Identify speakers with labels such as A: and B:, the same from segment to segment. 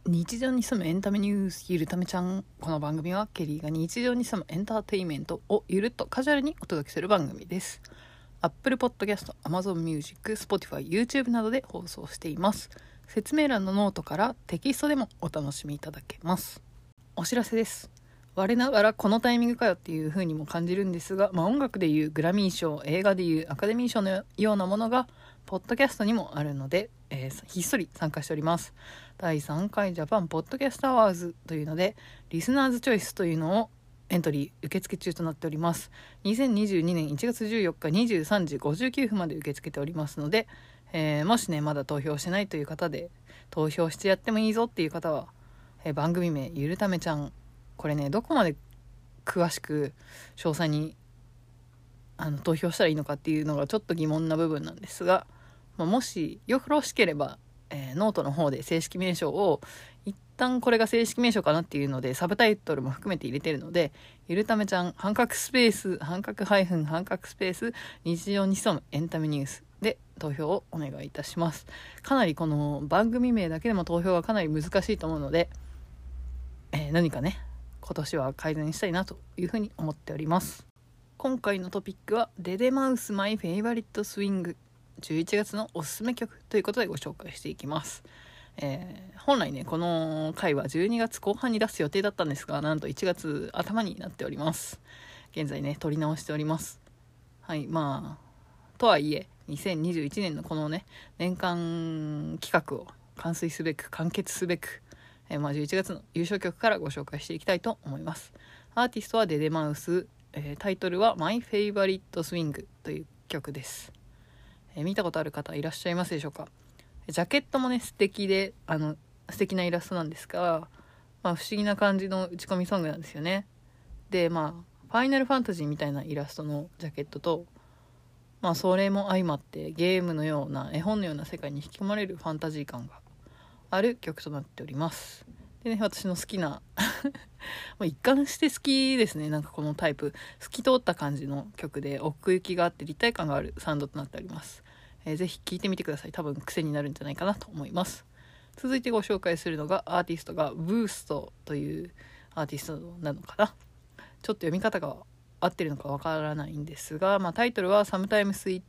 A: 日常に潜むエンタメニュースゆるためちゃん。この番組はケリーが日常に潜むエンターテインメントをゆるっとカジュアルにお届けする番組です。 Apple Podcast、Amazon Music、Spotify、YouTube などで放送しています。説明欄のノートからテキストでもお楽しみいただけます。お知らせです。我ながらこのタイミングかよっていう風にも感じるんですが、音楽でいうグラミー賞、映画でいうアカデミー賞のようなものがポッドキャストにもあるので、ひっそり参加しております。第3回ジャパンポッドキャストアワーズというので、リスナーズチョイスというのをエントリー受付中となっております。2022年1月14日23時59分まで受け付けておりますので、もしねまだ投票してないという方で、投票してやってもいいぞっていう方は、番組名ゆるためちゃん、これねどこまで詳しく詳細に投票したらいいのかっていうのがちょっと疑問な部分なんですが、もしよろしければ、ノートの方で正式名称を一旦これが正式名称かなっていうのでサブタイトルも含めて入れてるので、ゆるためちゃん半角スペース半角ハイフン半角スペース日常に潜むエンタメニュースで投票をお願いいたします。かなりこの番組名だけでも投票がかなり難しいと思うので、何かね今年は改善したいなというふうに思っております。今回のトピックはデデマウスマイフェイバリットスイング11月のおすすめ曲ということでご紹介していきます。本来ねこの回は12月後半に出す予定だったんですが、なんと1月頭になっております。現在ね撮り直しております。はい、とはいえ2021年のこのね年間企画を完結すべく、11月の優勝曲からご紹介していきたいと思います。アーティストはデデマウス、タイトルはマイフェイバリットスイングという曲です。見たことある方いらっしゃいますでしょうか。ジャケットもね素敵で素敵なイラストなんですが、不思議な感じの打ち込みソングなんですよね。でファイナルファンタジーみたいなイラストのジャケットと、それも相まってゲームのような絵本のような世界に引き込まれるファンタジー感がある曲となっております。でね、私の好きな一貫して好きですね。なんかこのタイプ透き通った感じの曲で奥行きがあって立体感があるサウンドとなっております。ぜひ聴いてみてください。多分癖になるんじゃないかなと思います。続いてご紹介するのがアーティストがブーストというアーティストなのかな。ちょっと読み方が合ってるのかわからないんですが、タイトルは Sometimes It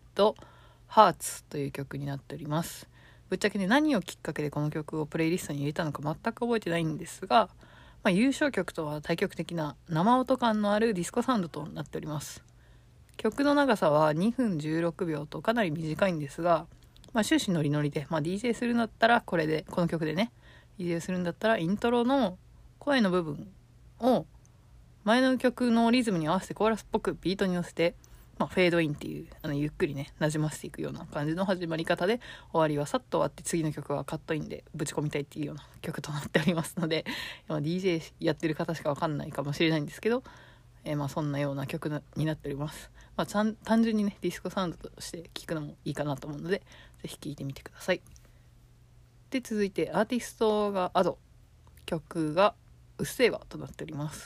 A: Hurts という曲になっております。ぶっちゃけね何をきっかけでこの曲をプレイリストに入れたのか全く覚えてないんですが、優勝曲とは対極的な生音感のあるディスコサウンドとなっております。曲の長さは2分16秒とかなり短いんですが、終始ノリノリで、DJ するんだったらこの曲でね DJ するんだったらイントロの声の部分を前の曲のリズムに合わせてコーラスっぽくビートに乗せて、フェードインっていうゆっくりね馴染ませていくような感じの始まり方で、終わりはさっと終わって次の曲はカットインでぶち込みたいっていうような曲となっておりますので、DJ やってる方しかわかんないかもしれないんですけど、そんなような曲になっております。単純にねディスコサウンドとして聴くのもいいかなと思うので、ぜひ聴いてみてください。で続いてアーティストがアド、曲がうっせぇわとなっております。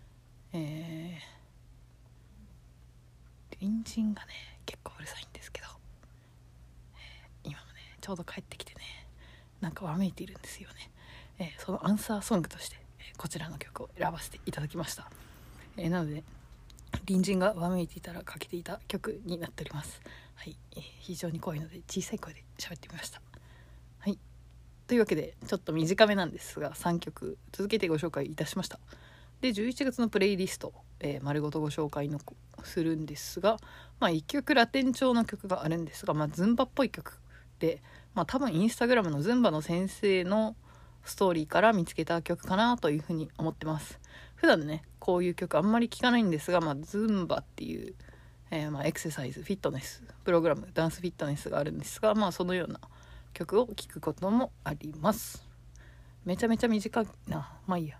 A: 隣人がね結構うるさいんですけど、今もねちょうど帰ってきてねなんかわめいているんですよね。そのアンサーソングとして、こちらの曲を選ばせていただきました。なので隣人がわめいていたらかけていた曲になっております。はい、非常に怖いので小さい声で喋ってみました。はい、というわけでちょっと短めなんですが3曲続けてご紹介いたしました。で11月のプレイリスト、丸ごとご紹介するんですが、1曲ラテン調の曲があるんですが、ズンバっぽい曲で、多分インスタグラムのズンバの先生のストーリーから見つけた曲かなというふうに思ってます。普段ねこういう曲あんまり聞かないんですが、ズンバっていう、エクササイズフィットネスプログラム、ダンスフィットネスがあるんですが、そのような曲を聴くこともあります。めちゃめちゃ短いな、いいや。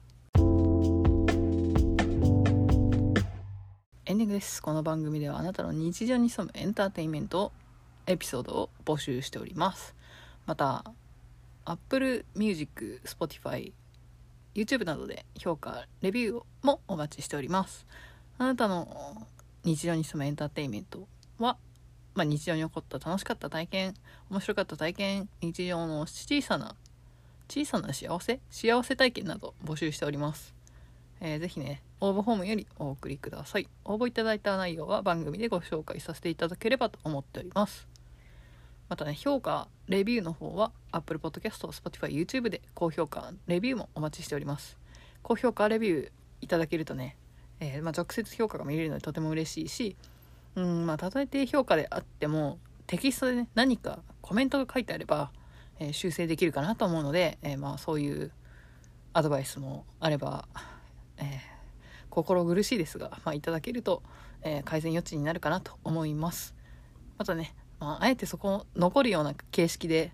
A: エンディングです。この番組ではあなたの日常に潜むエンターテインメントエピソードを募集しております。また Apple Music、Spotify、YouTube などで評価レビューもお待ちしております。あなたの日常に潜むエンターテインメントは、日常に起こった楽しかった体験、面白かった体験、日常の小さな小さな幸せ体験など募集しております。ぜひね、応募フォームよりお送りください。応募いただいた内容は番組でご紹介させていただければと思っております。またね、評価レビューの方は Apple Podcast、Spotify、YouTube で高評価レビューもお待ちしております。高評価レビューいただけるとね、直接評価が見れるのでとても嬉しいし、たとえ低評価であってもテキストでね、何かコメントが書いてあれば、修正できるかなと思うので、そういうアドバイスもあれば、心苦しいですが、いただけると、改善余地になるかなと思います。またね、あえてそこ残るような形式で、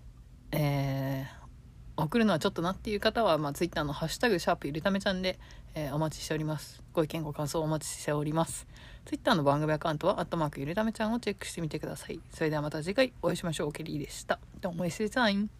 A: 送るのはちょっとなっていう方は、Twitter のハッシュタグ#ゆるためちゃんで、お待ちしております。ご意見ご感想お待ちしております。Twitter の番組アカウントはゆるためちゃんをチェックしてみてください。それではまた次回お会いしましょう。ケリーでした。どうもエスデザイン。